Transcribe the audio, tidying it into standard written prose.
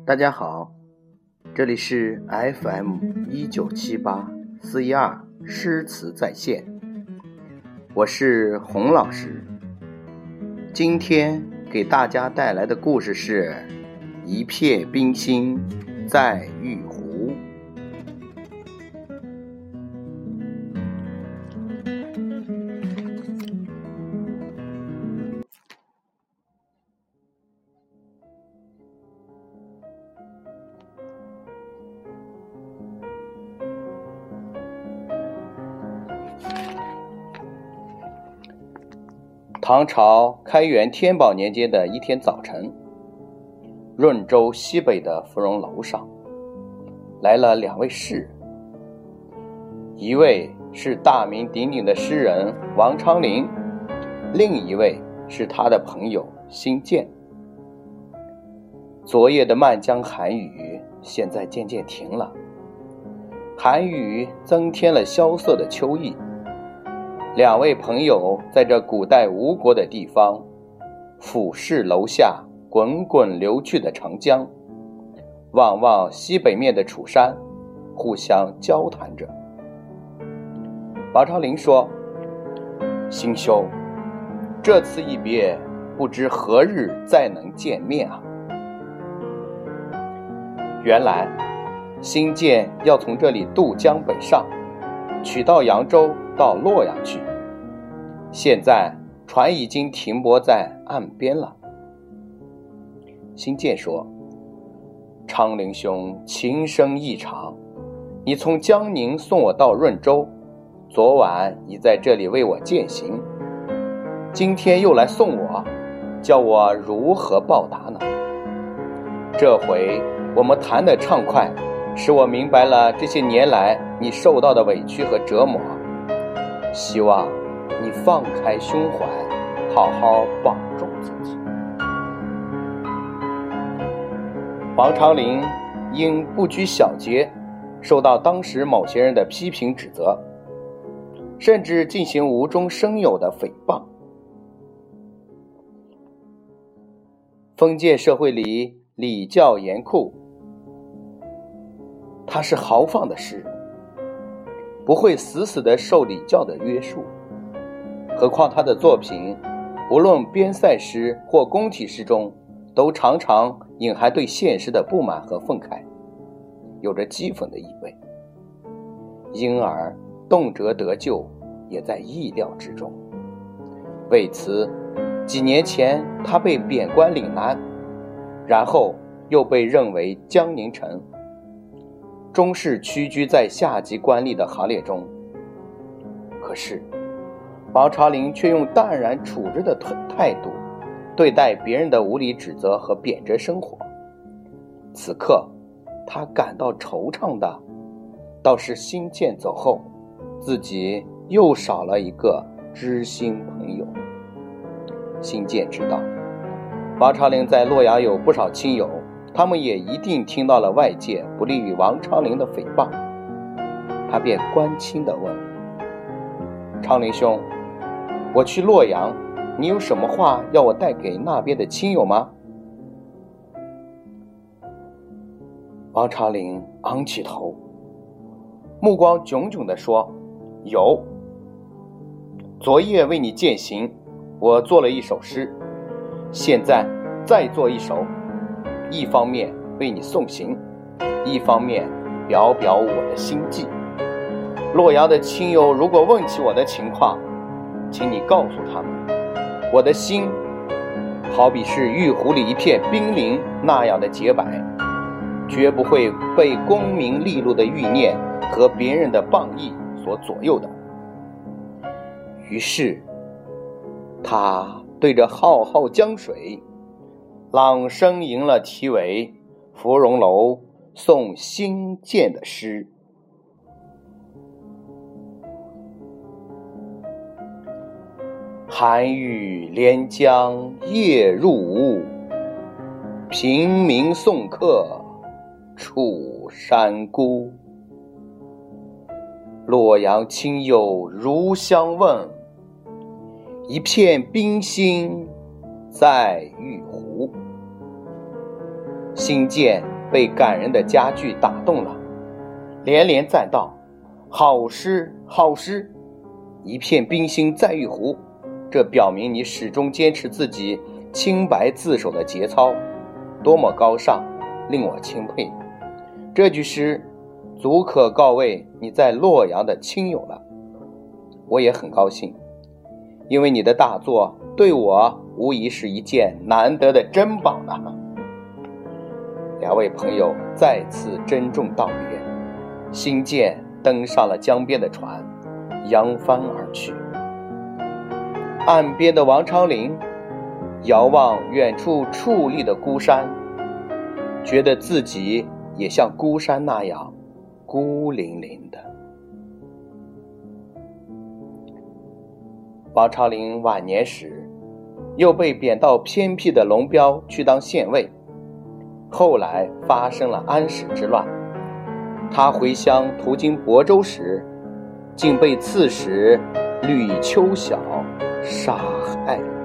大家好，这里是 FM1978412诗词在线，我是洪老师。今天给大家带来的故事是一片冰心在玉壶。唐朝开元天宝年间的一天早晨，润州西北的芙蓉楼上来了两位诗人，一位是大名鼎鼎的诗人王昌龄，另一位是他的朋友辛渐。昨夜的漫江寒雨现在渐渐停了，寒雨增添了萧瑟的秋意。两位朋友在这古代吴国的地方，俯视楼下滚滚流去的长江，望望西北面的楚山，互相交谈着。王昌龄说：辛兄，这次一别，不知何日再能见面啊。原来辛渐要从这里渡江北上，取到扬州到洛阳去，现在船已经停泊在岸边了。辛渐说：昌龄兄情深意长，你从江宁送我到润州，昨晚已在这里为我饯行，今天又来送我，叫我如何报答呢？这回我们谈得畅快，使我明白了这些年来你受到的委屈和折磨，希望你放开胸怀，好好保重自己。王昌龄因不拘小节，受到当时某些人的批评指责，甚至进行无中生有的诽谤。封建社会里礼教严酷，他是豪放的诗人，不会死死地受礼教的约束。何况他的作品不论边塞诗或宫体诗中，都常常隐含对现实的不满和愤慨，有着讥讽的意味，因而动辄得救也在意料之中。为此几年前他被贬官岭南，然后又被任为江宁丞，终是屈居在下级官吏的行列中。可是王昌龄却用淡然处之的态度对待别人的无理指责和贬谪生活。此刻他感到惆怅的倒是辛渐走后，自己又少了一个知心朋友。辛渐知道王昌龄在洛阳有不少亲友，他们也一定听到了外界不利于王昌龄的诽谤，他便关心地问：昌龄兄，我去洛阳，你有什么话要我带给那边的亲友吗？王昌龄昂起头，目光炯炯地说：有。昨夜为你饯行，我做了一首诗，现在再做一首，一方面为你送行，一方面表表我的心迹。洛阳的亲友如果问起我的情况，请你告诉他们，我的心好比是玉壶里一片冰凌那样的洁白，绝不会被功名利禄的欲念和别人的谤意所左右的。于是他对着浩浩江水朗声吟了题为《芙蓉楼送辛渐》的诗。寒雨连江夜入吴，平明送客楚山孤。洛阳亲友如相问，一片冰心在玉壶。辛渐被感人的佳句打动了，连连赞道：好诗，好诗！一片冰心在玉壶，这表明你始终坚持自己清白自守的节操，多么高尚，令我钦佩。这句诗足可告慰你在洛阳的亲友了。我也很高兴，因为你的大作对我无疑是一件难得的珍宝呢。两位朋友再次珍重道别，新舰登上了江边的船，扬帆而去。岸边的王昌龄遥望远处矗立的孤山，觉得自己也像孤山那样孤零零的。王昌龄晚年时又被贬到偏僻的龙标去当县尉，后来发生了安史之乱，他回乡途经亳州时，竟被刺史吕秋晓杀害。